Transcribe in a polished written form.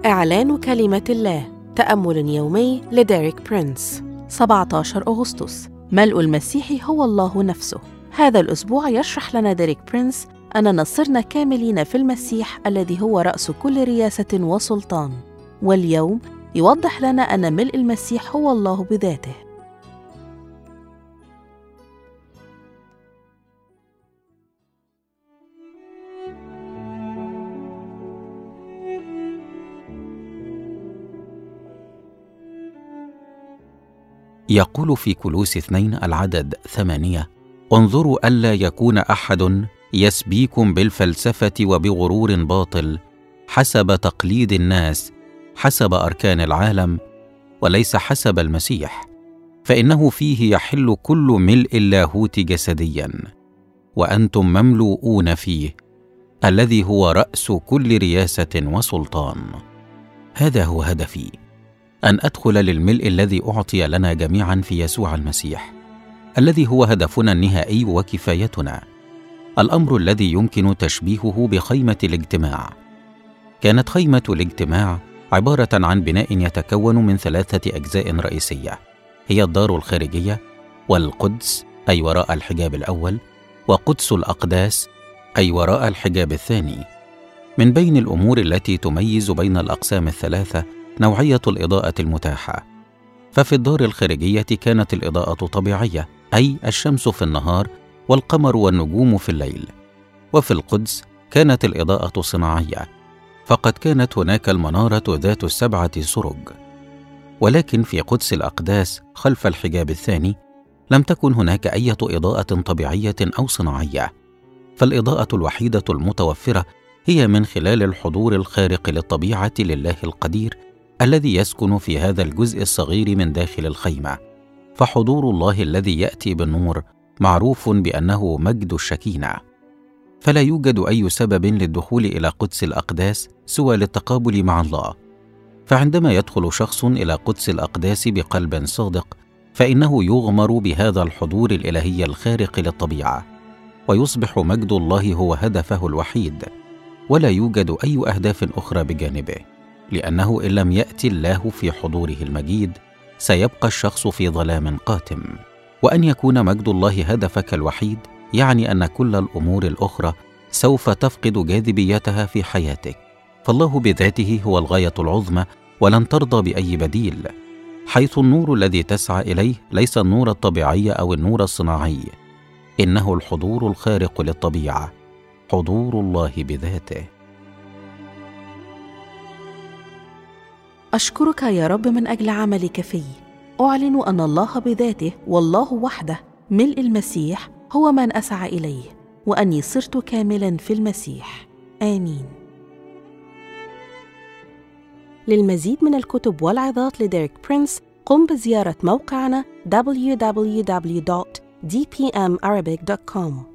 إعلان كلمة الله، تأمل يومي لديريك برينس. 17 أغسطس. ملء المسيح هو الله نفسه. هذا الأسبوع يشرح لنا ديريك برينس أننا صرنا كاملين في المسيح الذي هو رأس كل رياسة وسلطان، واليوم يوضح لنا أن ملء المسيح هو الله بذاته. يقول في كولوس 2 العدد 8: انظروا ألا يكون أحد يسبيكم بالفلسفة وبغرور باطل حسب تقليد الناس، حسب أركان العالم، وليس حسب المسيح، فإنه فيه يحل كل ملء اللاهوت جسديا، وأنتم مملوءون فيه، الذي هو رأس كل رياسة وسلطان. هذا هو هدفي، أن أدخل للملء الذي أعطي لنا جميعا في يسوع المسيح، الذي هو هدفنا النهائي وكفايتنا، الأمر الذي يمكن تشبيهه بخيمة الاجتماع. كانت خيمة الاجتماع عبارة عن بناء يتكون من 3 أجزاء رئيسية، هي الدار الخارجية، والقدس أي وراء الحجاب الأول، وقدس الأقداس أي وراء الحجاب الثاني. من بين الأمور التي تميز بين الأقسام الثلاثة نوعية الإضاءة المتاحة، ففي الدار الخارجية كانت الإضاءة طبيعية، أي الشمس في النهار والقمر والنجوم في الليل، وفي القدس كانت الإضاءة صناعية، فقد كانت هناك المنارة ذات 7 سرج. ولكن في قدس الأقداس خلف الحجاب الثاني لم تكن هناك أي إضاءة طبيعية أو صناعية، فالإضاءة الوحيدة المتوفرة هي من خلال الحضور الخارق للطبيعة لله القدير الذي يسكن في هذا الجزء الصغير من داخل الخيمة. فحضور الله الذي يأتي بالنور معروف بأنه مجد الشكينة، فلا يوجد أي سبب للدخول إلى قدس الأقداس سوى للتقابل مع الله. فعندما يدخل شخص إلى قدس الأقداس بقلب صادق، فإنه يغمر بهذا الحضور الإلهي الخارق للطبيعة، ويصبح مجد الله هو هدفه الوحيد، ولا يوجد أي أهداف أخرى بجانبه، لأنه إن لم يأتي الله في حضوره المجيد سيبقى الشخص في ظلام قاتم. وأن يكون مجد الله هدفك الوحيد يعني أن كل الأمور الأخرى سوف تفقد جاذبيتها في حياتك، فالله بذاته هو الغاية العظمى ولن ترضى بأي بديل، حيث النور الذي تسعى إليه ليس النور الطبيعي أو النور الصناعي، إنه الحضور الخارق للطبيعة، حضور الله بذاته. أشكرك يا رب من أجل عملك في. أعلن أن الله بذاته والله وحده ملء المسيح هو من أسعى إليه، وأني صرت كاملا في المسيح. آمين. للمزيد من الكتب والعظات لديريك برينس قم بزيارة موقعنا www.dpmarabic.com.